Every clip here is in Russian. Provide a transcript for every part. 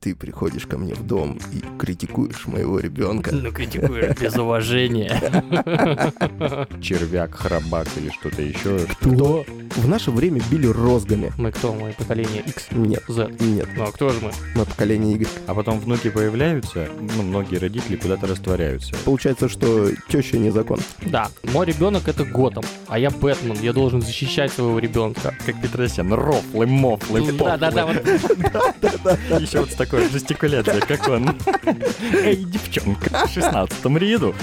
ты приходишь ко мне в дом и критикуешь моего ребенка. Ну, критикуешь без уважения. Червяк, храбак или что-то еще. Кто? В наше время били розгами. Мы кто? Мы поколение X? Нет, Z? нет, Ну, а кто же мы? мы поколение Y. А потом внуки появляются, многие родители куда-то растворяются. Получается, что теща не закон. Да, мой ребенок это Готэм, а я Бэтмен, я должен защищать своего ребенка. Как Петросян, рофлы, мофлы, Да-да-да, вот Еще вот с такой жестикуляцией, как он. Эй, девчонка, в 16-м ряду.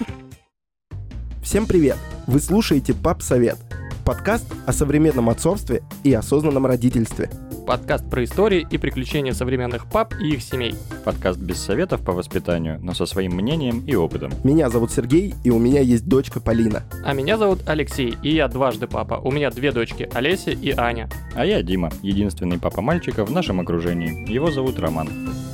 Всем привет! Вы слушаете «Пап Совет» — подкаст о современном отцовстве и осознанном родительстве. подкаст про истории и приключения современных пап и их семей. Подкаст без советов по воспитанию, но со своим мнением и опытом. Меня зовут Сергей, и у меня есть дочка Полина. А меня зовут Алексей, и я дважды папа. У меня две дочки, Олеся и Аня. А я Дима, единственный папа мальчика в нашем окружении. Его зовут Роман.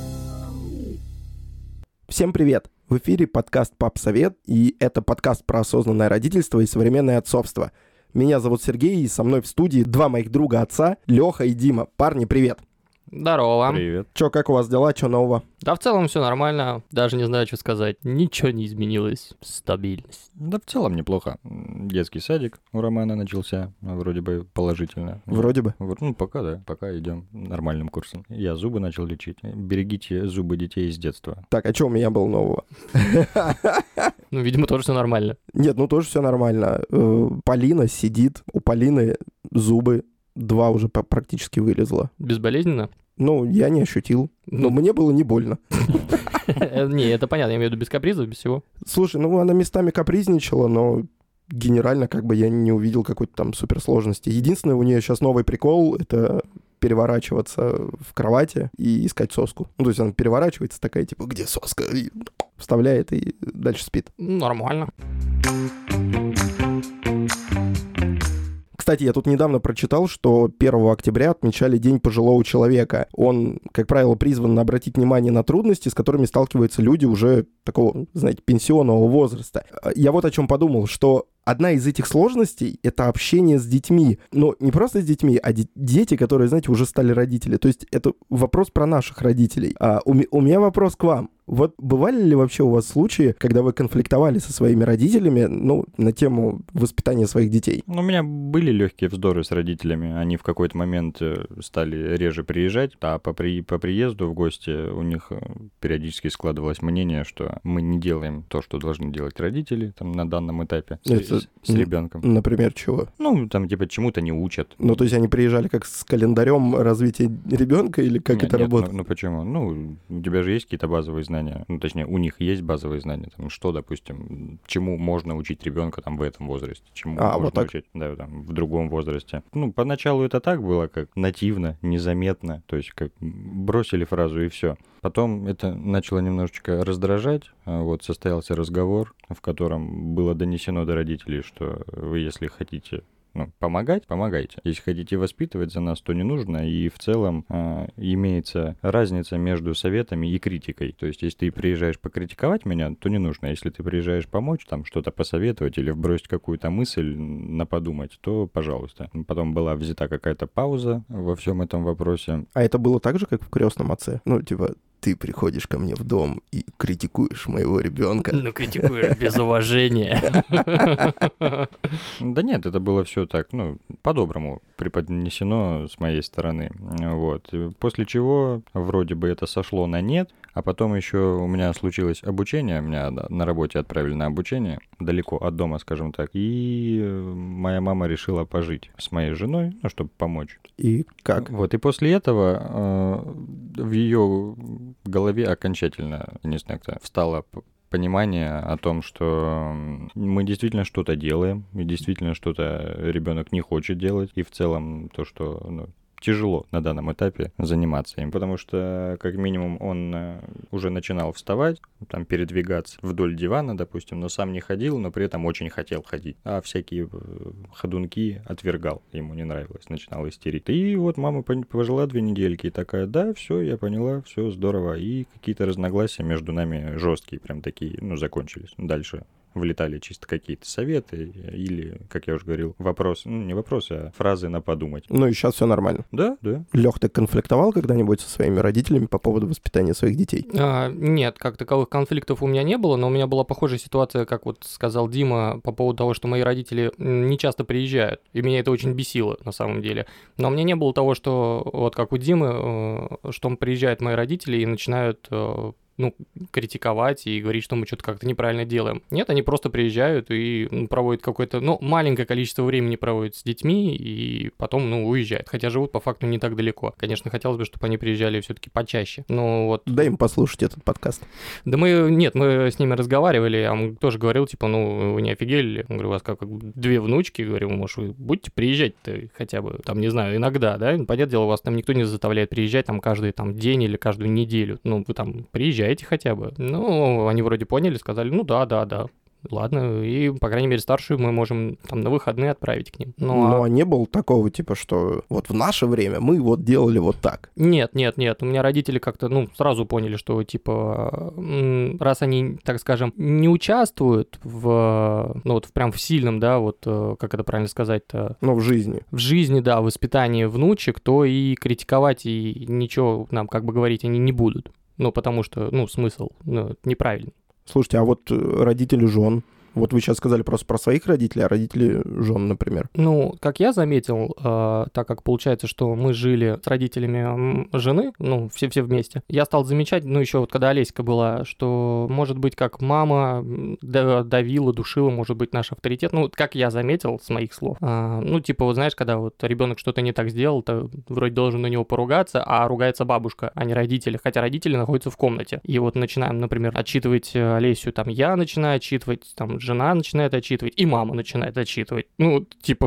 Всем привет! В эфире подкаст «Пап Совет», и это подкаст про осознанное родительство и современное отцовство. Меня зовут Сергей, и со мной в студии два моих друга отца, Леха и Дима. Парни, привет! Здорово. Привет. Чё, как у вас дела, чё нового? Да, в целом все нормально, даже не знаю, что сказать. Ничего не изменилось. Стабильность. Да в целом неплохо. Детский садик у Романа начался, вроде бы положительно. Вроде бы. Ну, пока идем нормальным курсом. Я зубы начал лечить. Берегите зубы детей с детства. Так, а чё у меня было нового? Ну, видимо, тоже все нормально. Нет, ну тоже все нормально. Полина сидит, у Полины зубы, два уже практически вылезло. Безболезненно? Ну, я не ощутил, но мне было не больно. Не, это понятно, я имею в виду без капризов, без всего. Слушай, ну она местами капризничала, но генерально как бы я не увидел какой-то там суперсложности. Единственное, у нее сейчас новый прикол — это переворачиваться в кровати и искать соску. Ну, то есть она переворачивается такая, типа, где соска? И вставляет и дальше спит. Нормально. Кстати, я тут недавно прочитал, что 1 октября отмечали День пожилого человека. Он, как правило, призван обратить внимание на трудности, с которыми сталкиваются люди уже такого, знаете, пенсионного возраста. Я вот о чем подумал, что одна из этих сложностей — это общение с детьми. Но не просто с детьми, а дети, которые, знаете, уже стали родители. То есть это вопрос про наших родителей. У меня вопрос к вам. Вот бывали ли вообще у вас случаи, когда вы конфликтовали со своими родителями, ну, на тему воспитания своих детей? Ну, у меня были легкие вздоры с родителями. Они в какой-то момент стали реже приезжать, а по приезду в гости у них периодически складывалось мнение, что мы не делаем то, что должны делать родители там, на данном этапе с ребенком. Например, чего? Ну, там типа чему-то не учат. Ну, то есть они приезжали как с календарем развития ребенка или как это Нет, работает? Ну, почему? Ну, у тебя же есть какие-то базовые знания. Ну, точнее, у них есть базовые знания. Там, что, допустим, чему можно учить ребенка там в этом возрасте, чему можно вот так. учить там, в другом возрасте. Ну, поначалу это так было, как нативно, незаметно. То есть, как бросили фразу и все. Потом это начало немножечко раздражать. Вот состоялся разговор, в котором было донесено до родителей, что вы, если хотите помогать, помогайте. Если хотите воспитывать за нас, то не нужно. И в целом имеется разница между советами и критикой. То есть, если ты приезжаешь покритиковать меня, то не нужно. Если ты приезжаешь помочь, там что-то посоветовать или вбросить какую-то мысль на подумать, то пожалуйста. Потом была взята какая-то пауза во всем этом вопросе. А это было так же, как в «Крестном отце»? Ну, типа, ты приходишь ко мне в дом и критикуешь моего ребенка. Ну, критикуешь без уважения. Да нет, это было все так, по-доброму преподнесено с моей стороны. Вот. После чего вроде бы это сошло на нет, а потом еще у меня случилось обучение, меня на работе отправили на обучение, далеко от дома, скажем так, и моя мама решила пожить с моей женой, чтобы помочь. И как? Вот, и после этого в ее голове окончательно, не знаю, как-то встало понимание о том, что мы действительно что-то делаем, и действительно что-то ребенок не хочет делать, и в целом то, что тяжело на данном этапе заниматься им, потому что, как минимум, он уже начинал вставать, там, передвигаться вдоль дивана, допустим, но сам не ходил, но при этом очень хотел ходить, а всякие ходунки отвергал, ему не нравилось, начинал истерить. И вот мама пожила 2 недельки и такая: да, все, я поняла, все здорово, и какие-то разногласия между нами жесткие, прям такие, закончились. Дальше влетали чисто какие-то советы или, как я уже говорил, вопросы, ну, не вопросы, а фразы на подумать. Ну и сейчас все нормально. Да, да. Лёх, ты конфликтовал когда-нибудь со своими родителями по поводу воспитания своих детей? Нет, как таковых конфликтов у меня не было, но у меня была похожая ситуация, как вот сказал Дима, по поводу того, что мои родители не часто приезжают, и меня это очень бесило на самом деле. Но у меня не было того, что вот как у Димы, что приезжают мои родители и начинают критиковать и говорить, что мы что-то как-то неправильно делаем. Нет, они просто приезжают и проводят какое-то, маленькое количество времени проводят с детьми и потом, уезжают. Хотя живут по факту не так далеко. Конечно, хотелось бы, чтобы они приезжали все-таки почаще. Но вот... Дай им послушать этот подкаст. Да мы с ними разговаривали, я им тоже говорил, вы не офигели? Я говорю, у вас как две внучки, говорю, может, вы будете приезжать-то хотя бы, не знаю, иногда, да? Понятное дело, вас там никто не заставляет приезжать каждый день или каждую неделю. Вы приезжаете хотя бы. Они вроде поняли, сказали, да. Ладно, и, по крайней мере, старшую мы можем на выходные отправить к ним. А не было такого, что вот в наше время мы вот делали вот так? Нет. У меня родители как-то, сразу поняли, что, раз они, так скажем, не участвуют прям в сильном, да, как это правильно сказать-то? В жизни. В жизни, да, в воспитании внучек, то и критиковать, и ничего нам, говорить они не будут. Потому что, смысл неправильный. Слушайте, а вот родители жен, вот вы сейчас сказали просто про своих родителей, а родители жен, например. Как я заметил, так как получается, что мы жили с родителями жены, все вместе, я стал замечать, еще когда Олеська была, что, может быть, как мама давила, душила, может быть, наш авторитет, как я заметил с моих слов. Знаешь, когда ребенок что-то не так сделал, то вроде должен на него поругаться, а ругается бабушка, а не родители, хотя родители находятся в комнате. И начинаем, например, отчитывать Олесю, я начинаю отчитывать, жена начинает отчитывать, и мама начинает отчитывать. Но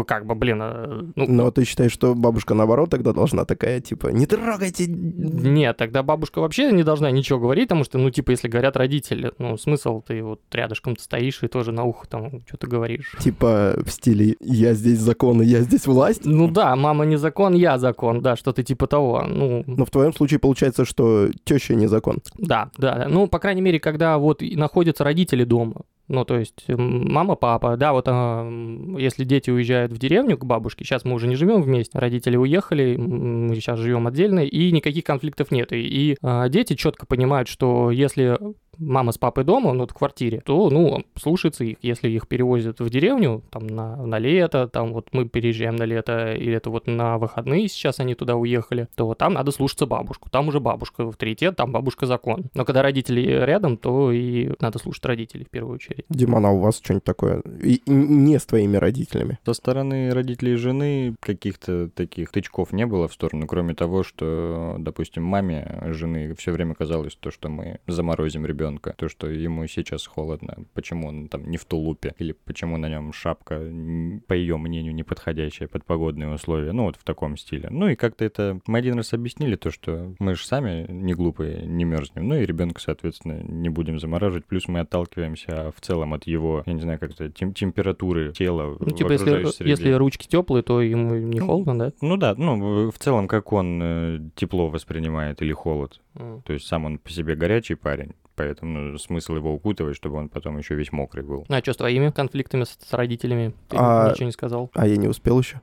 ты считаешь, что бабушка, наоборот, тогда должна такая, не трогайте? Нет, тогда бабушка вообще не должна ничего говорить, потому что, если говорят родители, смысл, ты рядышком стоишь и тоже на ухо что-то говоришь. В стиле «я здесь закон, и я здесь власть»? Да, мама не закон, я закон, да, что-то типа того. Но в твоем случае получается, что теща не закон. Да. По крайней мере, когда находятся родители дома. То есть мама, папа, да, если дети уезжают в деревню к бабушке, сейчас мы уже не живем вместе, родители уехали, мы сейчас живем отдельно, и никаких конфликтов нет. И дети четко понимают, что если мама с папой дома, в квартире, то, слушается их. Если их перевозят в деревню, на лето, мы переезжаем на лето, или это на выходные сейчас они туда уехали, то там надо слушаться бабушку. Там уже бабушка авторитет, там бабушка закон. Но когда родители рядом, то и надо слушать родителей в первую очередь. Диман, а у вас что-нибудь такое? И не с твоими родителями? Со стороны родителей жены каких-то таких тычков не было в сторону, кроме того, что, допустим, маме жены все время казалось то, что мы заморозим ребенка. То, что ему сейчас холодно, почему он не в тулупе, или почему на нем шапка, по ее мнению, не подходящая под погодные условия, в таком стиле. И как-то это мы один раз объяснили, то, что мы же сами не глупые, не мерзнем, и ребенка, соответственно, не будем замораживать, плюс мы отталкиваемся в целом от его, я не знаю, как-то температуры тела в окружающей среде. Если ручки теплые, то ему не холодно, да? Да, в целом, как он тепло воспринимает или холод. То есть сам он по себе горячий парень. Поэтому смысл его укутывать, чтобы он потом еще весь мокрый был. А что с твоими конфликтами с родителями? Ты ничего не сказал. А я не успел еще.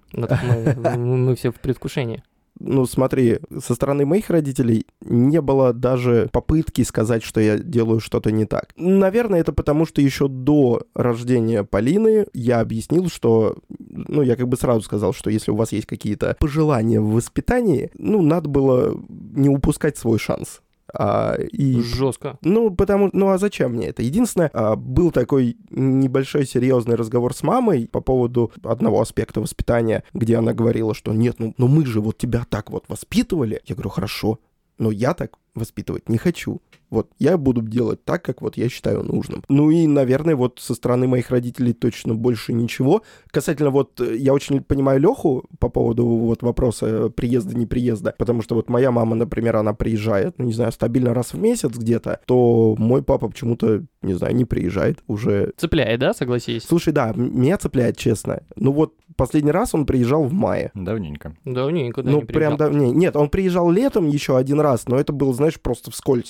Мы все в предвкушении. Смотри, со стороны моих родителей не было даже попытки сказать, что я делаю что-то не так. Наверное, это потому, что еще до рождения Полины я объяснил, что... я сразу сказал, что если у вас есть какие-то пожелания в воспитании, надо было не упускать свой шанс. Жестко. А зачем мне это? Единственное, был такой небольшой серьезный разговор с мамой по поводу одного аспекта воспитания, где она говорила, что нет, мы же тебя так воспитывали. Я говорю, хорошо, но я так воспитывать не хочу. Я буду делать так, как я считаю нужным. И, наверное, со стороны моих родителей точно больше ничего. Касательно я очень понимаю Леху по поводу вопроса приезда-не приезда, потому что моя мама, например, она приезжает, стабильно раз в месяц где-то, то мой папа почему-то, не приезжает уже. Цепляет, да, согласись? Слушай, да, меня цепляет, честно. Последний раз он приезжал в мае. Давненько, да, не приезжал. Нет, он приезжал летом еще один раз, но это было, просто вскользь. Он ехал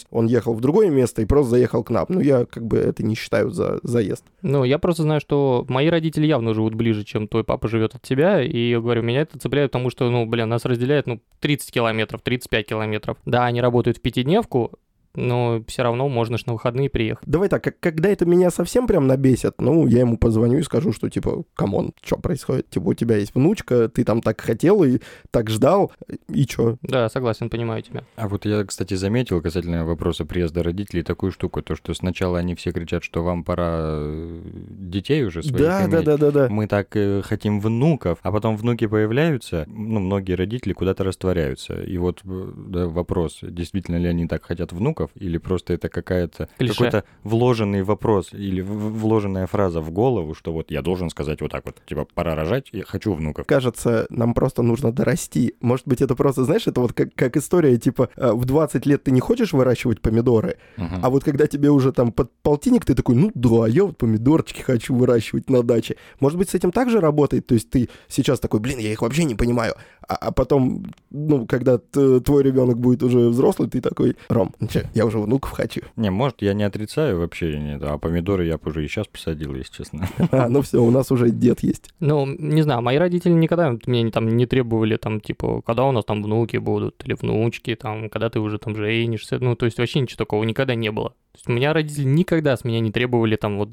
уехал в другое место и просто заехал к нам. Ну, я как бы это не считаю за заезд. Ну, я просто знаю, что мои родители явно живут ближе, чем твой папа живет от тебя, и я говорю, меня это цепляет, потому что, ну, блин, нас разделяет, 30 километров, 35 километров. Да, они работают в пятидневку, но все равно можно ж на выходные приехать. Давай так, когда это меня совсем прям набесит, я ему позвоню и скажу, что, типа, камон, что происходит? Типа, у тебя есть внучка, ты там так хотел и так ждал, и чё? Да, согласен, понимаю тебя. А вот я, кстати, заметил касательно вопроса приезда родителей такую штуку, то, что сначала они все кричат, что вам пора детей уже своих иметь. Да. Мы так хотим внуков, а потом внуки появляются, многие родители куда-то растворяются. И вот вопрос, действительно ли они так хотят внуков, или просто это какой-то вложенный вопрос или вложенная фраза в голову, что вот я должен сказать вот так вот, типа, пора рожать, я хочу внуков. Кажется, нам просто нужно дорасти. Может быть, это просто, знаешь, это вот как история, типа, в 20 лет ты не хочешь выращивать помидоры, а вот когда тебе уже там под полтинник, ты такой, да, я вот помидорчики хочу выращивать на даче. Может быть, с этим также работает? То есть ты сейчас такой, я их вообще не понимаю. А потом, когда твой ребенок будет уже взрослый, ты такой, Ром, я уже внуков хочу. Не, может, я не отрицаю вообще, нет, а помидоры я бы уже и сейчас посадил, если честно. Все, у нас уже дед есть. Не знаю, мои родители никогда меня там не требовали, там, типа, когда у нас там внуки будут, или внучки, там, когда ты уже там женишься, то есть вообще ничего такого никогда не было. То есть у меня родители никогда с меня не требовали там вот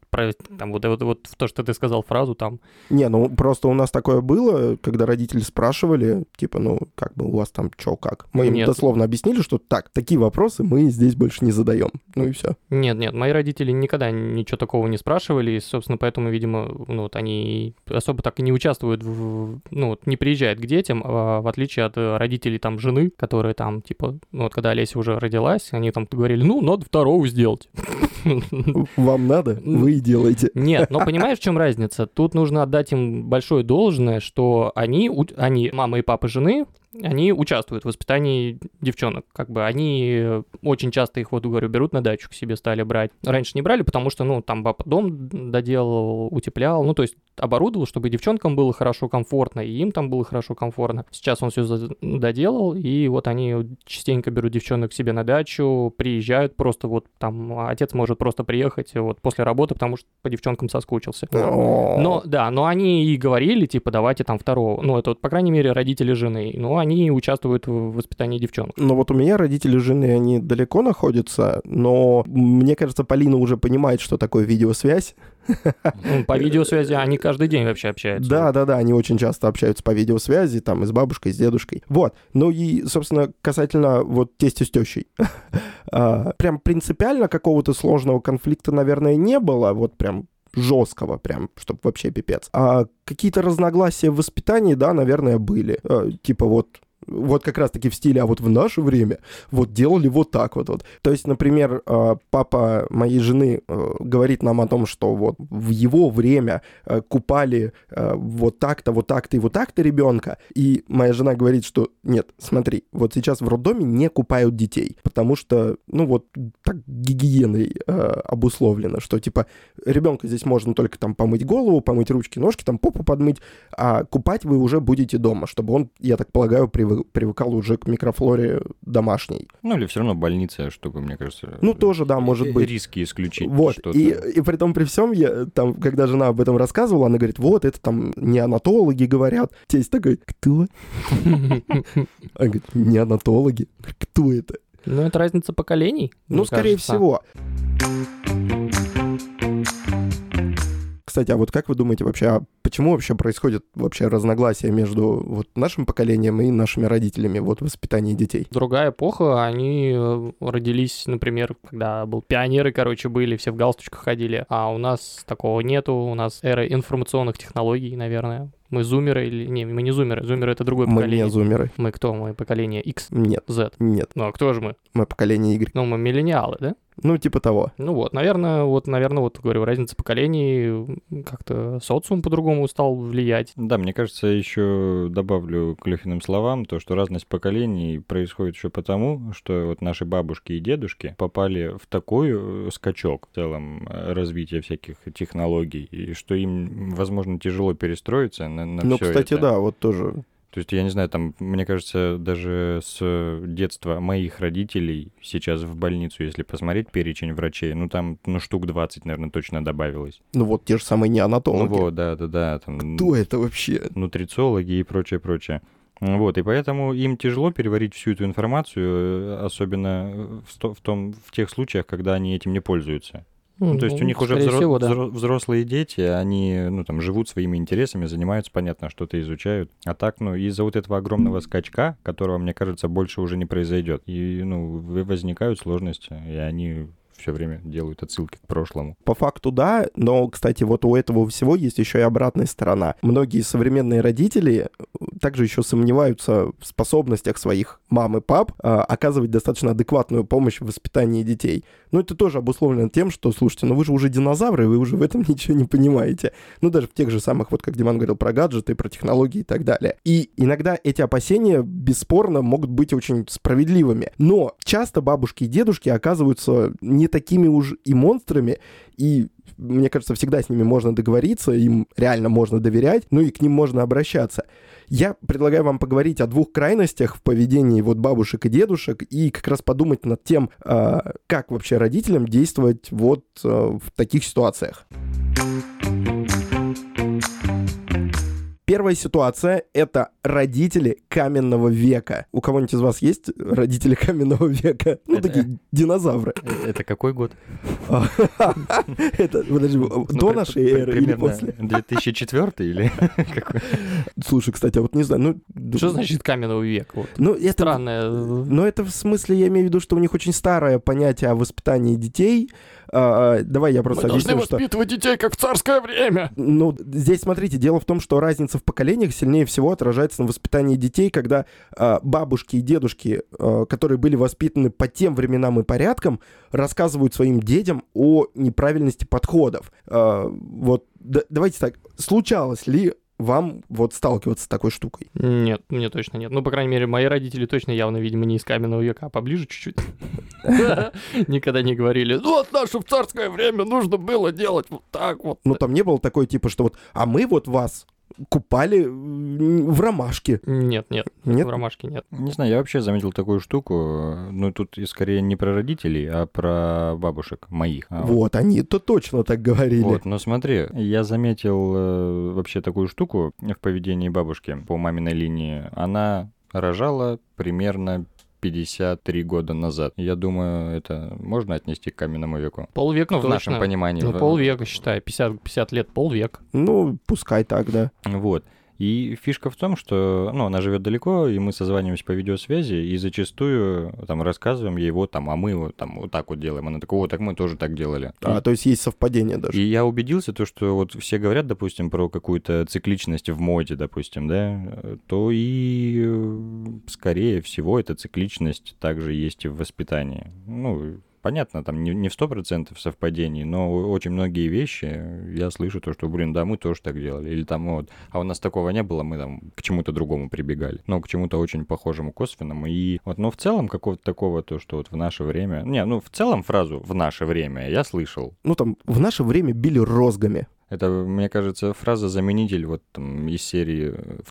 то, что ты сказал фразу там. Не, просто у нас такое было, когда родители спрашивали, типа, как бы у вас там чё, как? Мы им дословно объяснили, что такие вопросы мы здесь больше не задаем. И все. Нет, мои родители никогда ничего такого не спрашивали, и, собственно, поэтому, видимо, они особо так и не участвуют не приезжают к детям, в отличие от родителей там жены, которые там, типа, когда Олеся уже родилась, они там говорили, надо второго сделать. Вам надо? Вы и делаете. Нет, но понимаешь, в чем разница? Тут нужно отдать им большое должное, что они, мама и папа жены, они участвуют в воспитании девчонок. Как бы они очень часто их, берут на дачу к себе, стали брать. Раньше не брали, потому что, там папа дом доделал, утеплял, то есть оборудовал, чтобы девчонкам было хорошо, комфортно, и им там было хорошо, комфортно. Сейчас он все доделал, и они частенько берут девчонок к себе на дачу, приезжают просто там, отец может просто приехать после работы, потому что по девчонкам соскучился. Но они и говорили, типа, давайте там второго. Это, по крайней мере, родители жены. Они участвуют в воспитании девчонок. У меня родители жены, они далеко находятся, но мне кажется, Полина уже понимает, что такое видеосвязь. По видеосвязи они каждый день вообще общаются. Да, они очень часто общаются по видеосвязи, там, и с бабушкой, и с дедушкой. И, собственно, касательно тестя с тещей. Прям принципиально какого-то сложного конфликта, наверное, не было, прям жесткого, прям, чтобы вообще пипец. А какие-то разногласия в воспитании, да, наверное, были. Типа как раз-таки в стиле, а в наше время делали так вот. То есть, например, папа моей жены говорит нам о том, что в его время купали так-то и так-то ребенка, и моя жена говорит, что нет, смотри, сейчас в роддоме не купают детей, потому что, так гигиеной обусловлено, что, типа, ребенка здесь можно только там помыть голову, помыть ручки, ножки, там попу подмыть, а купать вы уже будете дома, чтобы он, я так полагаю, привыкал уже к микрофлоре домашней. Или все равно больница, чтобы, мне кажется... тоже, да, может быть. Риски исключить. И при том, при всем, там, когда жена об этом рассказывала, она говорит, это там неонатологи говорят. Тесть такой, кто? Она говорит, неонатологи? Кто это? Это разница поколений. Скорее всего. Кстати, а как вы думаете вообще, почему вообще происходит разногласия между нашим поколением и нашими родителями в воспитании детей? Другая эпоха, они родились, например, когда пионеры, были, все в галстучках ходили, а у нас такого нету, у нас эра информационных технологий, наверное. Мы зумеры или... Не, мы не зумеры. Зумеры — это другое поколение. Мы не зумеры. Мы кто? Мы поколение X? Нет. Z? Нет. А кто же мы? Мы поколение Y. Мы миллениалы, да? Типа того. Наверное, говорю, разница поколений, как-то социум по-другому стал влиять. Да, мне кажется, еще добавлю к Лёхиным словам то, что разность поколений происходит еще потому, что наши бабушки и дедушки попали в такой скачок в целом развития всяких технологий, и что им, возможно, тяжело перестроиться на все кстати, это. да, тоже... То есть, я не знаю, там, мне кажется, даже с детства моих родителей сейчас в больницу, если посмотреть перечень врачей, ну, там, штук 20, наверное, точно добавилось. Ну, вот те же самые неонатологи. Ну, вот, да. Там, кто это вообще? Нутрициологи и прочее. Вот, и поэтому им тяжело переварить всю эту информацию, особенно в тех случаях, когда они этим не пользуются. Ну, то есть у них уже взрослые дети, они, там, живут своими интересами, занимаются, понятно, что-то изучают. А так, из-за вот этого огромного скачка, которого, мне кажется, больше уже не произойдет, и, возникают сложности, и они все время делают отсылки к прошлому. По факту, да, но, кстати, вот у этого всего есть еще и обратная сторона. Многие современные родители также еще сомневаются в способностях своих мам и пап оказывать достаточно адекватную помощь в воспитании детей. Но это тоже обусловлено тем, что, слушайте, вы же уже динозавры, вы уже в этом ничего не понимаете. Даже в тех же самых, вот как Диман говорил про гаджеты, про технологии и так далее. И иногда эти опасения, бесспорно, могут быть очень справедливыми. Но часто бабушки и дедушки оказываются не такими уж и монстрами, и, мне кажется, всегда с ними можно договориться, им реально можно доверять, и к ним можно обращаться. Я предлагаю вам поговорить о двух крайностях в поведении вот бабушек и дедушек и как раз подумать над тем, как вообще родителям действовать вот в таких ситуациях. Первая ситуация — это родители каменного века. У кого-нибудь из вас есть родители каменного века? Такие динозавры. Это какой год? Это, подожди, до нашей эры или после? 2004 или какой? Слушай, кстати, вот не знаю, Что значит каменного века? Странное. Но это в смысле, я имею в виду, что у них очень старое понятие о воспитании детей. Давай я просто объясню, что... Мы должны воспитывать детей, как в царское время. Здесь, смотрите, дело в том, что разница в поколениях сильнее всего отражается на воспитании детей, когда бабушки и дедушки, которые были воспитаны по тем временам и порядкам, рассказывают своим детям о неправильности подходов. Вот, давайте так, случалось ли вам вот сталкиваться с такой штукой? Нет, мне точно нет. По крайней мере, мои родители точно явно, видимо, не из каменного века, а поближе чуть-чуть. Никогда не говорили, наше в царское время нужно было делать вот так вот. Там не было такой типа, что вот, а мы вот вас купали в ромашке. Нет, в ромашке нет. Не знаю, я вообще заметил такую штуку, тут и скорее не про родителей, а про бабушек моих. Вот, они-то точно так говорили. Вот, но смотри, я заметил вообще такую штуку в поведении бабушки по маминой линии. Она рожала примерно 53 года назад. Я думаю, это можно отнести к каменному веку. Полвека, в нашем понимании. Полвека, считай, 50 лет, полвека. Пускай так, да. Вот. И фишка в том, что, она живет далеко, и мы созваниваемся по видеосвязи, и зачастую там рассказываем ей, а мы вот так вот делаем. Она такая, так мы тоже так делали. То есть есть совпадение даже. И я убедился, что вот все говорят, допустим, про какую-то цикличность в моде, допустим, да, то и, скорее всего, эта цикличность также есть и в воспитании. Понятно, там не в 100% совпадений, но очень многие вещи я слышу что, мы тоже так делали. Или а у нас такого не было, мы там к чему-то другому прибегали. К чему-то очень похожему, косвенному. И но в целом какого-то такого, что вот в наше время... в целом фразу «в наше время» я слышал. В наше время били розгами. Это, мне кажется, фраза-заменитель из серии «В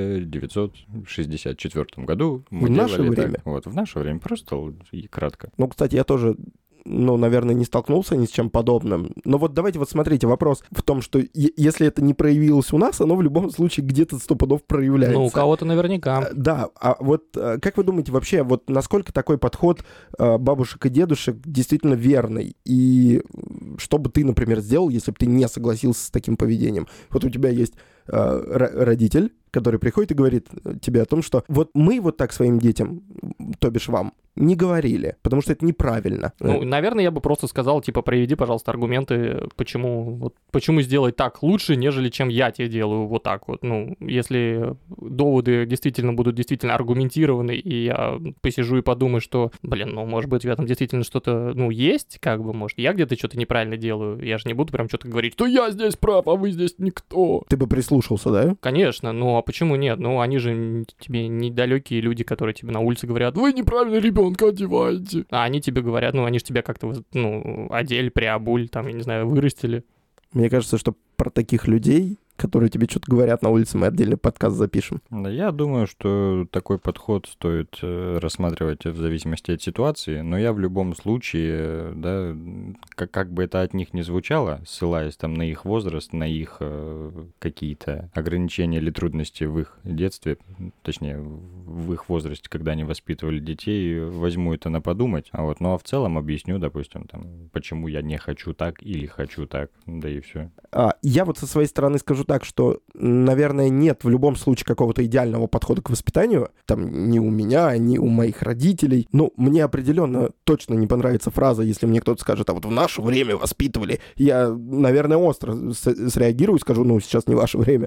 1964 году мы в делали наше время. Так». Вот, в наше время, просто и кратко. Кстати, я тоже... наверное, не столкнулся ни с чем подобным. Но давайте смотрите, вопрос в том, что если это не проявилось у нас, оно в любом случае где-то 100% проявляется. У кого-то наверняка. Да, а как вы думаете вообще, насколько такой подход бабушек и дедушек действительно верный? И что бы ты, например, сделал, если бы ты не согласился с таким поведением? У тебя есть родитель, который приходит и говорит тебе о том, что мы так своим детям, то бишь вам, не говорили, потому что это неправильно. Наверное, я бы просто сказал, приведи, пожалуйста, аргументы, почему сделать так лучше, нежели чем я тебе делаю вот так вот. Если доводы будут действительно аргументированы, и я посижу и подумаю, что, может быть, в этом действительно что-то, есть, может, я где-то что-то неправильно делаю, я же не буду прям что-то говорить, что я здесь прав, а вы здесь никто. Ты бы прислушался, да? Конечно, а почему нет? Они же тебе недалекие люди, которые тебе на улице говорят, вы неправильно ребенка одеваете. А они тебе говорят, они же тебя как-то, одели, приобули, я не знаю, вырастили. Мне кажется, что про таких людей, которые тебе что-то говорят на улице, мы отдельный подкаст запишем. Да, я думаю, что такой подход стоит рассматривать в зависимости от ситуации, но я в любом случае, да, как бы это от них ни звучало, ссылаясь там на их возраст, на их какие-то ограничения или трудности в их детстве, точнее, в их возрасте, когда они воспитывали детей, возьму это на подумать, ну а в целом объясню, допустим, там, почему я не хочу так или хочу так, да и все. Я вот со своей стороны скажу так, что, наверное, нет в любом случае какого-то идеального подхода к воспитанию, там, ни у меня, ни у моих родителей. Ну, мне определенно точно не понравится фраза, если мне кто-то скажет, а вот в наше время воспитывали. Я, наверное, остро среагирую и скажу, ну, сейчас не ваше время.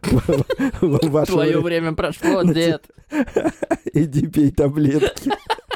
Твое время прошло, дед. Иди пей таблетки.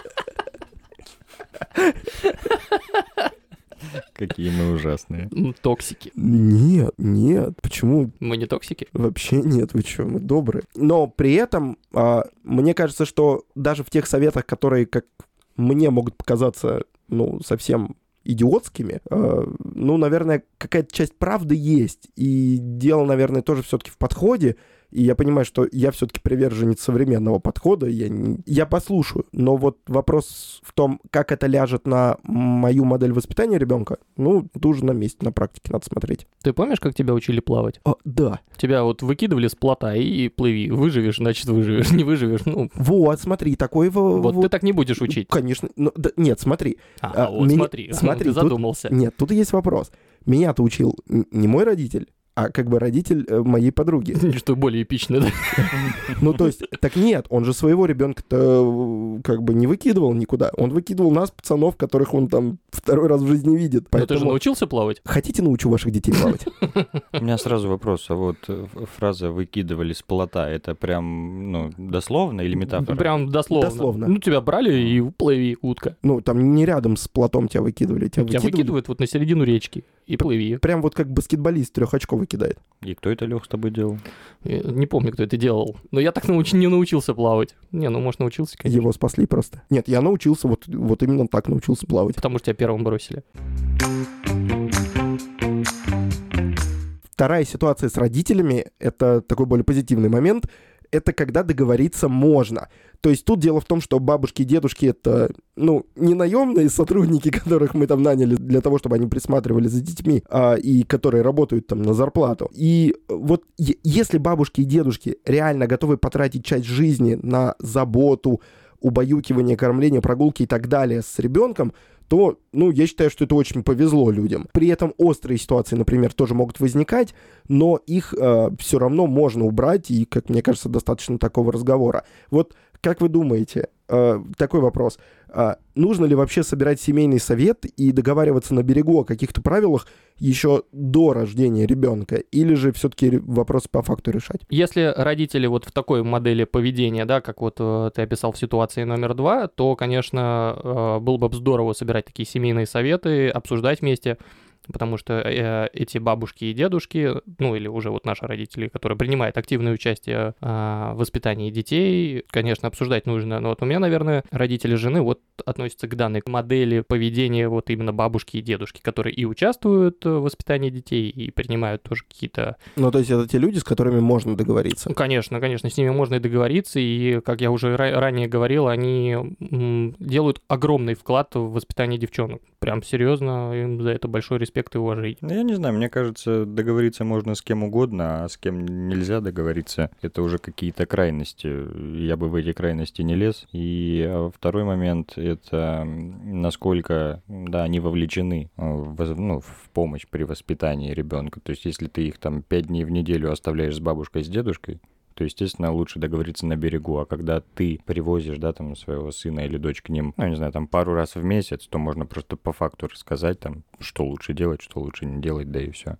Какие мы ужасные. Токсики. Нет, почему? Мы не токсики? Вообще нет, вы что, мы добрые. Но при этом мне кажется, что даже в тех советах, которые, как мне, могут показаться, ну, совсем идиотскими, ну, наверное, какая-то часть правды есть. И дело, наверное, тоже все-таки в подходе. И я понимаю, что я все-таки приверженец современного подхода, я послушаю. Но вот вопрос в том, как это ляжет на мою модель воспитания ребенка, ну, это уже на месте, на практике надо смотреть. Ты помнишь, как тебя учили плавать? Да. Тебя вот выкидывали с плота и плыви. Выживешь, значит, выживешь. Не выживешь, ну... Вот, смотри, такой... Вот ты так не будешь учить. Конечно. Да, нет, смотри. Смотри, ты задумался. Нет, тут есть вопрос. Меня-то учил не мой родитель, а как бы родитель моей подруги. Что более эпично, да? Ну, то есть, так нет, он же своего ребенка-то как бы не выкидывал никуда. Он выкидывал нас, пацанов, которых он там второй раз в жизни видит. Но ты же научился плавать? Хотите, научу ваших детей плавать? У меня сразу вопрос, а вот фраза «выкидывали с плота» — это прям, ну, дословно или метафора? Прям дословно. Дословно. Ну, тебя брали и плыви, утка. Ну, там не рядом с плотом тебя выкидывали. Тебя выкидывают вот на середину речки и плыви. Прям вот как баскетболист трехочковый кидает. И кто это, Лёх, с тобой делал? Я не помню, кто это делал. Но я так не научился плавать. Не, ну, может, научился, конечно. Его спасли просто. Нет, я научился, вот именно так научился плавать. Потому что тебя первым бросили. Вторая ситуация с родителями, это такой более позитивный момент, это когда договориться можно. То есть тут дело в том, что бабушки и дедушки — это, ну, не наемные сотрудники, которых мы там наняли для того, чтобы они присматривали за детьми, и которые работают там на зарплату. И вот если бабушки и дедушки реально готовы потратить часть жизни на заботу, убаюкивание, кормление, прогулки и так далее с ребенком, то, ну, я считаю, что это очень повезло людям. При этом острые ситуации, например, тоже могут возникать, но их все равно можно убрать, и, как мне кажется, достаточно такого разговора. Вот как вы думаете, такой вопрос, нужно ли вообще собирать семейный совет и договариваться на берегу о каких-то правилах еще до рождения ребенка, или же все-таки вопрос по факту решать? Если родители вот в такой модели поведения, да, как вот ты описал в ситуации номер 2, то, конечно, было бы здорово собирать такие семейные советы, обсуждать вместе, потому что эти бабушки и дедушки, ну или уже вот наши родители, которые принимают активное участие в воспитании детей, конечно, обсуждать нужно. Но вот у меня, наверное, родители жены вот относятся к данной модели поведения вот именно бабушки и дедушки, которые и участвуют в воспитании детей, и принимают тоже какие-то... Ну, то есть это те люди, с которыми можно договориться? Ну, конечно, с ними можно и договориться, и, как я уже ранее говорил, они делают огромный вклад в воспитание девчонок. Прям серьезно, им за это большой респект и уважение. Я не знаю, мне кажется, договориться можно с кем угодно, а с кем нельзя договориться, это уже какие-то крайности. Я бы в эти крайности не лез. И второй момент — это насколько, да, они вовлечены в помощь при воспитании ребенка. То есть если ты их там 5 дней в неделю оставляешь с бабушкой, с дедушкой, то, естественно, лучше договориться на берегу. А когда ты привозишь, да, там, своего сына или дочь к ним, ну, не знаю, там, пару раз в месяц, то можно просто по факту рассказать, там, что лучше делать, что лучше не делать, да и все.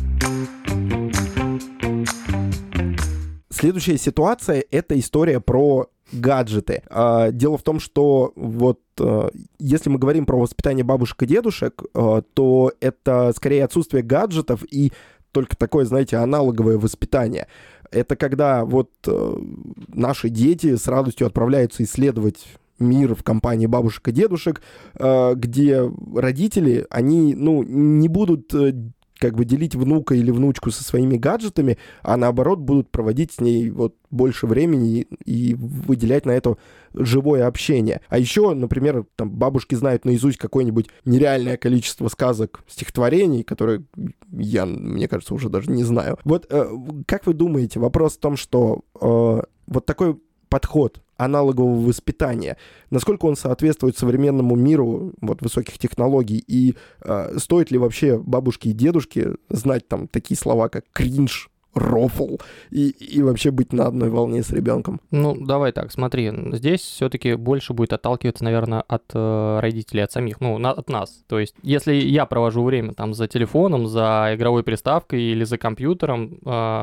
Следующая ситуация — это история про гаджеты. Дело в том, что вот если мы говорим про воспитание бабушек и дедушек, то это скорее отсутствие гаджетов и только такое, знаете, аналоговое воспитание. Это когда вот наши дети с радостью отправляются исследовать мир в компании бабушек и дедушек, где родители, они, ну, не будут как бы делить внука или внучку со своими гаджетами, а наоборот будут проводить с ней вот больше времени и выделять на это живое общение. А еще, например, там бабушки знают наизусть какое-нибудь нереальное количество сказок, стихотворений, которые я, мне кажется, уже даже не знаю. Вот как вы думаете, вопрос в том, что вот такой подход аналогового воспитания, насколько он соответствует современному миру вот, высоких технологий, и стоит ли вообще бабушке и дедушке знать там такие слова, как кринж, рофл, и вообще быть на одной волне с ребенком? Ну, давай так, смотри, здесь все-таки больше будет отталкиваться, наверное, от родителей, от самих, ну, от нас. То есть, если я провожу время там за телефоном, за игровой приставкой или за компьютером,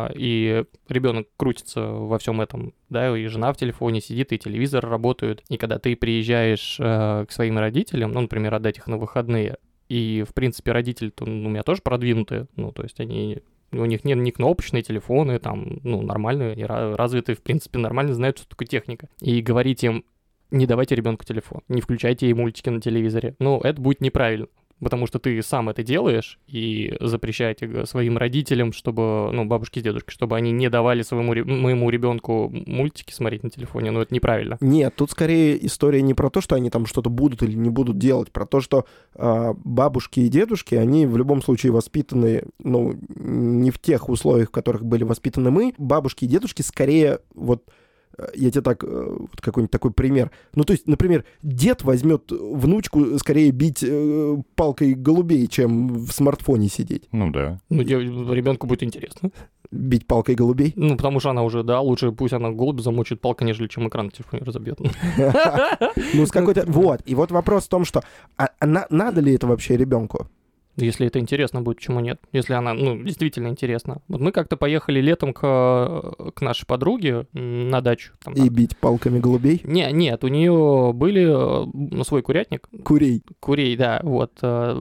и ребенок крутится во всем этом, да, и жена в телефоне сидит, и телевизор работает, и когда ты приезжаешь к своим родителям, ну, например, отдать их на выходные, и, в принципе, родители-то у меня тоже продвинутые, ну, то есть у них нет ни кнопочные телефоны, там, ну, нормальные, развитые, в принципе, нормально знают, что такое техника. И говорить им, не давайте ребенку телефон, не включайте ей мультики на телевизоре. Ну, это будет неправильно, потому что ты сам это делаешь и запрещаете своим родителям, чтобы, ну, бабушке с дедушкой, чтобы они не давали моему ребенку мультики смотреть на телефоне, ну, это неправильно. Нет, тут скорее история не про то, что они там что-то будут или не будут делать, про то, что бабушки и дедушки, они в любом случае воспитаны, ну, не в тех условиях, в которых были воспитаны мы. Бабушки и дедушки скорее вот... Я тебе так, вот какой-нибудь такой пример. Ну, то есть, например, дед возьмет внучку скорее бить палкой голубей, чем в смартфоне сидеть. Ну да. Ну, ребенку будет интересно. Бить палкой голубей? Ну, потому что она уже, да, лучше пусть она голубь замочит палкой, нежели чем экран на телефоне разобьет. Ну, с какой-то... Вот. И вот вопрос в том, что надо ли это вообще ребенку? Если это интересно будет, почему нет? Если она, ну, действительно интересна. Вот мы как-то поехали летом к нашей подруге на дачу. Там, и бить палками голубей? Нет, у нее были свой курятник. Курей, да, вот.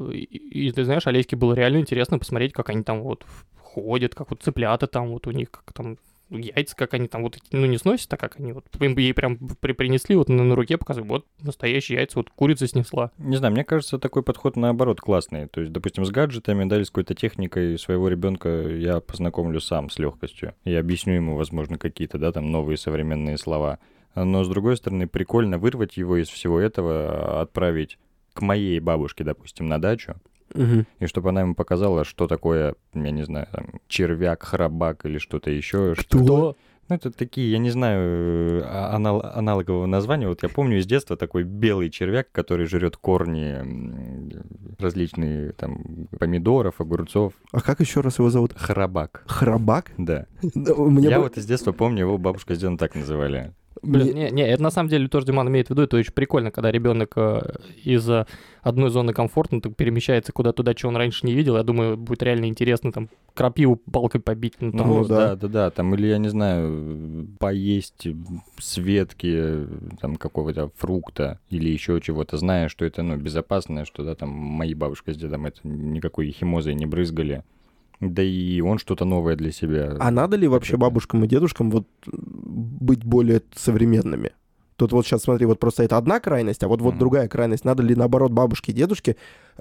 И ты знаешь, Олеське было реально интересно посмотреть, как они там вот ходят, как вот цыплята там, вот у них как там яйца, как они там вот, ну, не сносят, а как они вот, ей прям принесли, вот на руке показывают, вот настоящие яйца, вот курица снесла. Не знаю, мне кажется, такой подход наоборот классный. То есть, допустим, с гаджетами, да, или с какой-то техникой своего ребенка я познакомлю сам с легкостью. Я объясню ему, возможно, какие-то, да, там новые современные слова. Но, с другой стороны, прикольно вырвать его из всего этого, отправить к моей бабушке, допустим, на дачу. Угу. И чтобы она ему показала, что такое, я не знаю, там, червяк, храбак или что-то еще. Кто? Ну, это такие, я не знаю, аналогового названия. Вот я помню из детства такой белый червяк, который жрет корни различные, там, помидоров, огурцов. А как еще раз его зовут? Храбак. Храбак? Да. Я вот из детства помню, его бабушка с дедом так называли. Блин, не, это на самом деле тоже Диман имеет в виду, это очень прикольно, когда ребенок из одной зоны комфорта перемещается куда-то туда, чего он раньше не видел. Я думаю, будет реально интересно там крапиву палкой побить. Ну да, там, или, я не знаю, поесть с ветки там какого-то фрукта или еще чего-то, зная, что это, ну, безопасно, что, да, там, мои бабушка с дедом это никакой химозой не брызгали. Да и он что-то новое для себя. А надо ли вообще бабушкам и дедушкам вот быть более современными? Тут вот сейчас смотри, вот просто это одна крайность, а вот другая крайность. Надо ли, наоборот, бабушке и дедушке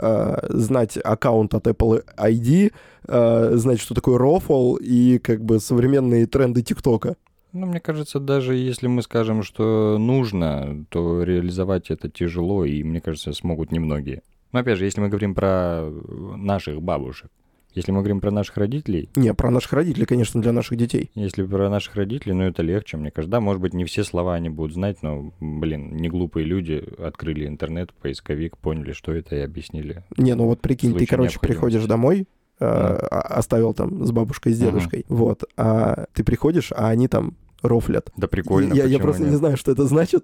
знать аккаунт от Apple ID, знать, что такое рофл и как бы современные тренды ТикТока? Ну, мне кажется, даже если мы скажем, что нужно, то реализовать это тяжело, и, мне кажется, смогут немногие. Но, опять же, если мы говорим про наших бабушек, если мы говорим про наших родителей... Не, про наших родителей, конечно, для наших детей. Если про наших родителей, ну, это легче, мне кажется. Да, может быть, не все слова они будут знать, но, блин, не глупые люди открыли интернет, поисковик, поняли, что это, и объяснили. Не, ну вот прикинь, ты, короче, приходишь домой, оставил там с бабушкой, с дедушкой, вот, а ты приходишь, а они там рофлят. Да прикольно, я просто не знаю, что это значит.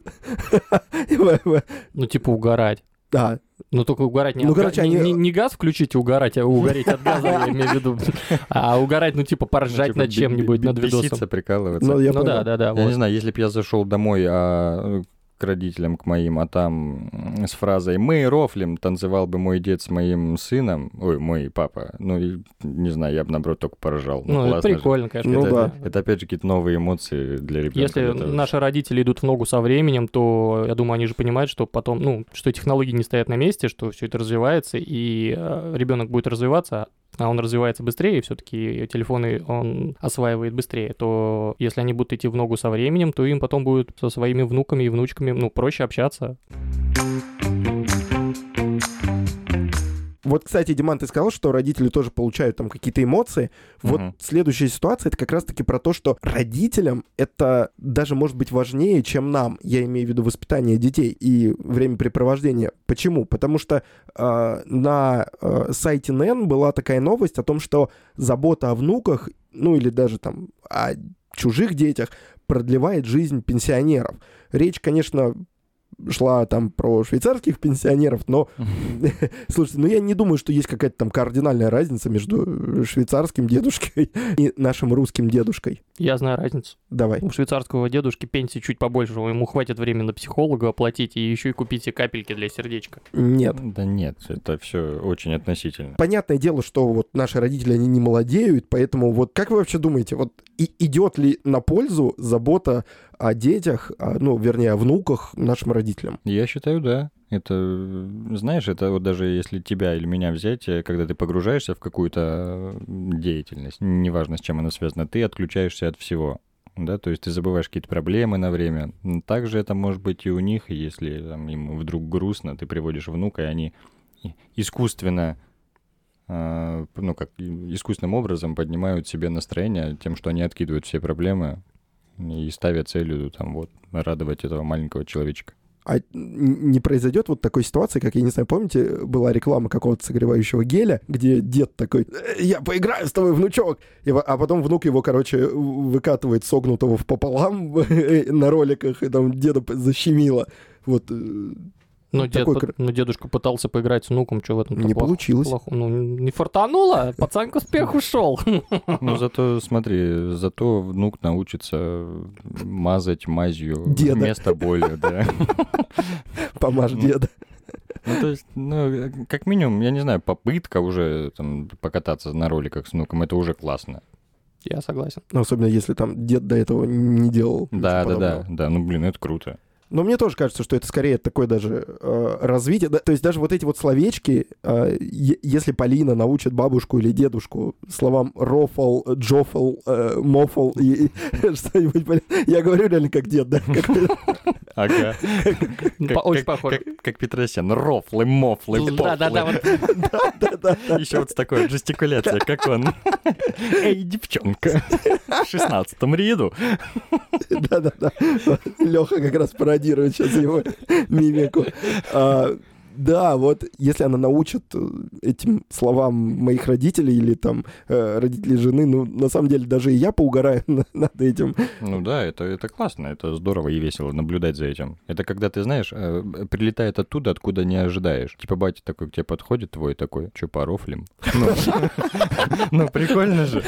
Ну, типа угорать. Да. Ну, только угорать не, не газ включить и угорать, а угореть от газа, я имею в виду. А угорать, ну, типа, поржать над чем-нибудь, над видосом. Беситься, прикалываться. Ну, да. Я не знаю, если бы я зашел домой, к родителям, к моим, а там с фразой «мы рофлим» танцевал бы мой дед с моим сыном, мой папа, ну, не знаю, я бы, наоборот, только поржал. Ну, это прикольно, конечно. Ну, да. Это, опять же, какие-то новые эмоции для ребенка. Если наши родители идут в ногу со временем, то, я думаю, они же понимают, что потом, ну, что технологии не стоят на месте, что все это развивается, и ребенок будет развиваться, а он развивается быстрее, все-таки телефоны он осваивает быстрее, то если они будут идти в ногу со временем, то им потом будет со своими внуками и внучками, проще общаться. Вот, кстати, Диман, ты сказал, что родители тоже получают там какие-то эмоции. Вот следующая ситуация, это как раз-таки про то, что родителям это даже может быть важнее, чем нам. Я имею в виду воспитание детей и времяпрепровождение. Почему? Потому что на сайте НН была такая новость о том, что забота о внуках, или даже там о чужих детях продлевает жизнь пенсионеров. Речь, конечно, шла там про швейцарских пенсионеров, но, слушайте, я не думаю, что есть какая-то там кардинальная разница между швейцарским дедушкой и нашим русским дедушкой. Я знаю разницу. Давай. У швейцарского дедушки пенсии чуть побольше, ему хватит времени на психолога оплатить и еще и купить себе капельки для сердечка. Нет. Да нет, это все очень относительно. Понятное дело, что вот наши родители, они не молодеют, поэтому вот как вы вообще думаете, вот идет ли на пользу забота о детях, вернее, о внуках нашим родителям? Я считаю, да. Это, знаешь, это вот даже если тебя или меня взять, когда ты погружаешься в какую-то деятельность, неважно, с чем она связана, ты отключаешься от всего. Да, то есть ты забываешь какие-то проблемы на время. Также это может быть и у них, если там, им вдруг грустно, ты приводишь внука, и они искусственно, искусственным образом поднимают себе настроение тем, что они откидывают все проблемы и ставят целью радовать этого маленького человечка. А не произойдет вот такой ситуации, как, я не знаю, помните, была реклама какого-то согревающего геля, где дед такой: «Я поиграю с тобой, внучок!» А потом внук его, выкатывает согнутого пополам на роликах, и там деда защемило. Вот. Дедушка пытался поиграть с внуком, что в этом не получилось. Не фартануло, пацан к успеху шел. Зато, смотри, внук научится мазать мазью деда. Место боли, да. Помажь деда. То есть, как минимум, я не знаю, попытка уже покататься на роликах с внуком, это уже классно. Я согласен. Особенно если там дед до этого не делал. Да, это круто. Но мне тоже кажется, что это скорее такое даже развитие. То есть даже вот эти вот словечки, если Полина научит бабушку или дедушку словам рофл, джофл, мофл и что-нибудь... Я говорю реально как дед, да? Ага. Очень похоже. Как Петросян. Рофлы, мофлы, пофлы. Да. Еще вот такой жестикуляция, как он. Эй, девчонка, в 16-м ряду. Да. Леха как раз пародирует сейчас его мимику. Да, вот если она научит этим словам моих родителей или там родителей жены, на самом деле даже и я поугараю над этим. Это классно, это здорово и весело наблюдать за этим. Это когда ты, знаешь, прилетает оттуда, откуда не ожидаешь. Типа батя такой к тебе подходит, твой такой: чё, порофлим? Прикольно же.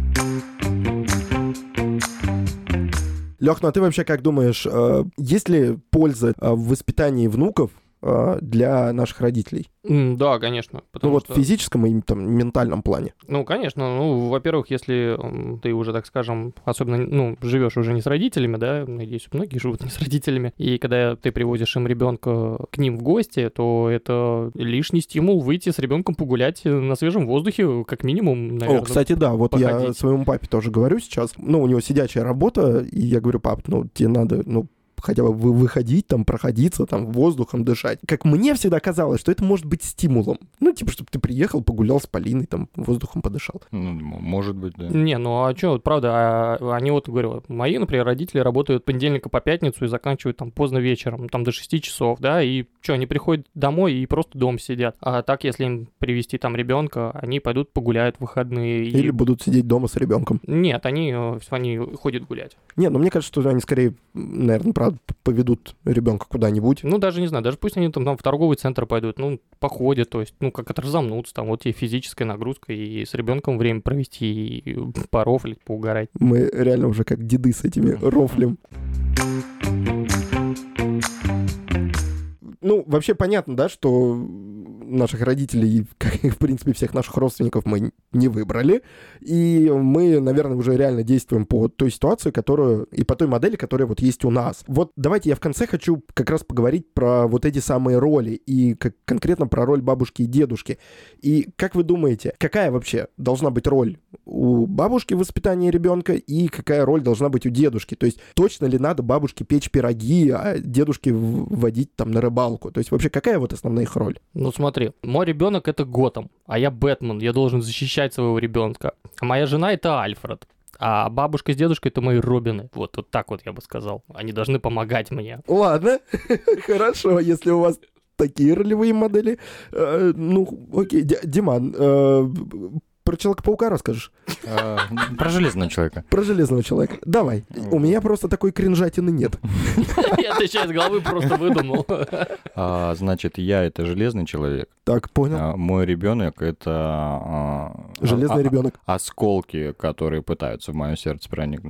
Лёх, а ты вообще как думаешь, есть ли польза в воспитании внуков для наших родителей? Да, конечно. В физическом и ментальном плане. Конечно. Во-первых, если ты уже, так скажем, особенно, живешь уже не с родителями, да, надеюсь, многие живут не с родителями, и когда ты привозишь им ребенка к ним в гости, то это лишний стимул выйти с ребенком погулять на свежем воздухе, как минимум, наверное. Кстати, да, вот походить. Я своему папе тоже говорю сейчас, у него сидячая работа, и я говорю: пап, тебе надо, хотя бы выходить, проходиться, воздухом дышать. Как мне всегда казалось, что это может быть стимулом. Чтобы ты приехал, погулял с Полиной, воздухом подышал. Может быть, да. Правда, они говорю, мои, например, родители работают с понедельника по пятницу и заканчивают поздно вечером, до 6 часов, да, и они приходят домой и просто дома сидят. А так, если им привезти ребенка, они пойдут погуляют в выходные. Или будут сидеть дома с ребенком. Нет, они ходят гулять. Нет, мне кажется, что они скорее, наверное, правда, поведут ребенка куда-нибудь. Даже не знаю, даже пусть они в торговый центр пойдут, походят, то есть, как-то разомнутся, и физическая нагрузка, и с ребенком время провести, и порофлить, поугарать. Мы реально уже как деды с этими рофлем. Вообще понятно, да, что наших родителей, как и, в принципе, всех наших родственников мы не выбрали. И мы, наверное, уже реально действуем по той ситуации, которую... и по той модели, которая вот есть у нас. Вот давайте я в конце хочу как раз поговорить про вот эти самые роли, и конкретно про роль бабушки и дедушки. И как вы думаете, какая вообще должна быть роль у бабушки в воспитании ребенка и какая роль должна быть у дедушки? То есть точно ли надо бабушке печь пироги, а дедушке водить там на рыбалку? То есть вообще какая вот основная их роль? Ну смотри, мой ребенок это Готэм, а я Бэтмен, я должен защищать своего ребенка. А моя жена это Альфред. А бабушка с дедушкой — это мои Робины. Вот так вот я бы сказал. Они должны помогать мне. Ладно, хорошо, если у вас такие ролевые модели. Ну, окей, Диман, про Человека-паука расскажешь? Про Железного человека. Про Железного человека. Давай. У меня просто такой кринжатины нет. Я отвечаю из головы, просто выдумал. Значит, я — это Железный человек. Так, понял. Мой ребенок — это... Железный ребенок. Осколки, которые пытаются в мое сердце проникнуть.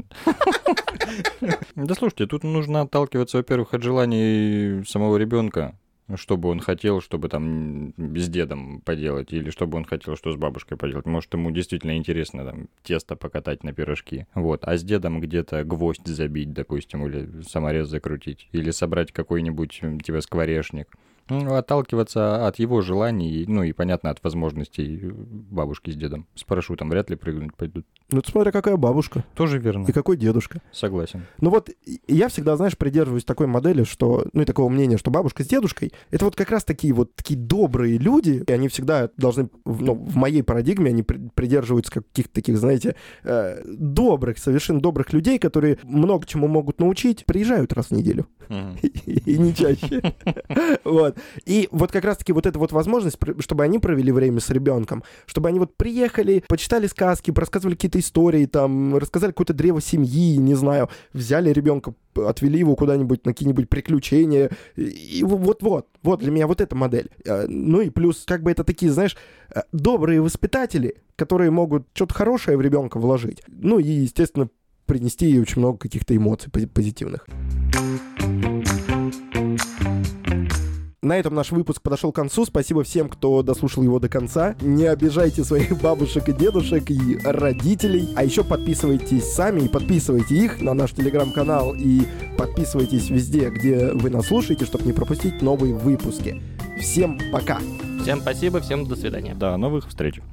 Да слушайте, тут нужно отталкиваться, во-первых, от желаний самого ребенка. Что бы он хотел, чтобы там с дедом поделать, или что бы он хотел, что с бабушкой поделать. Может, ему действительно интересно там тесто покатать на пирожки. Вот. А с дедом где-то гвоздь забить, допустим, или саморез закрутить, или собрать какой-нибудь, типа, скворечник. Ну, отталкиваться от его желаний, ну и, понятно, от возможностей бабушки с дедом. С парашютом вряд ли прыгнуть пойдут. Ну, ты смотря, какая бабушка. Тоже верно. И какой дедушка. Согласен. Ну вот, я всегда, знаешь, придерживаюсь такой модели, что, ну и такого мнения, что бабушка с дедушкой — это вот как раз такие добрые люди, и они всегда должны, ну, в моей парадигме, они придерживаются каких-то таких, знаете, добрых, совершенно добрых людей, которые много чему могут научить, приезжают раз в неделю. И не чаще. Вот. И вот как раз-таки вот эта вот возможность, чтобы они провели время с ребенком, чтобы они вот приехали, почитали сказки, рассказывали какие-то истории, там, рассказали какое-то древо семьи, не знаю, взяли ребенка, отвели его куда-нибудь на какие-нибудь приключения. И вот для меня вот эта модель. Ну и плюс, как бы это такие, знаешь, добрые воспитатели, которые могут что-то хорошее в ребенка вложить. Ну и, естественно, принести очень много каких-то эмоций позитивных. На этом наш выпуск подошел к концу. Спасибо всем, кто дослушал его до конца. Не обижайте своих бабушек и дедушек и родителей. А еще подписывайтесь сами и подписывайте их на наш телеграм-канал. И подписывайтесь везде, где вы нас слушаете, чтобы не пропустить новые выпуски. Всем пока! Всем спасибо, всем до свидания. До новых встреч.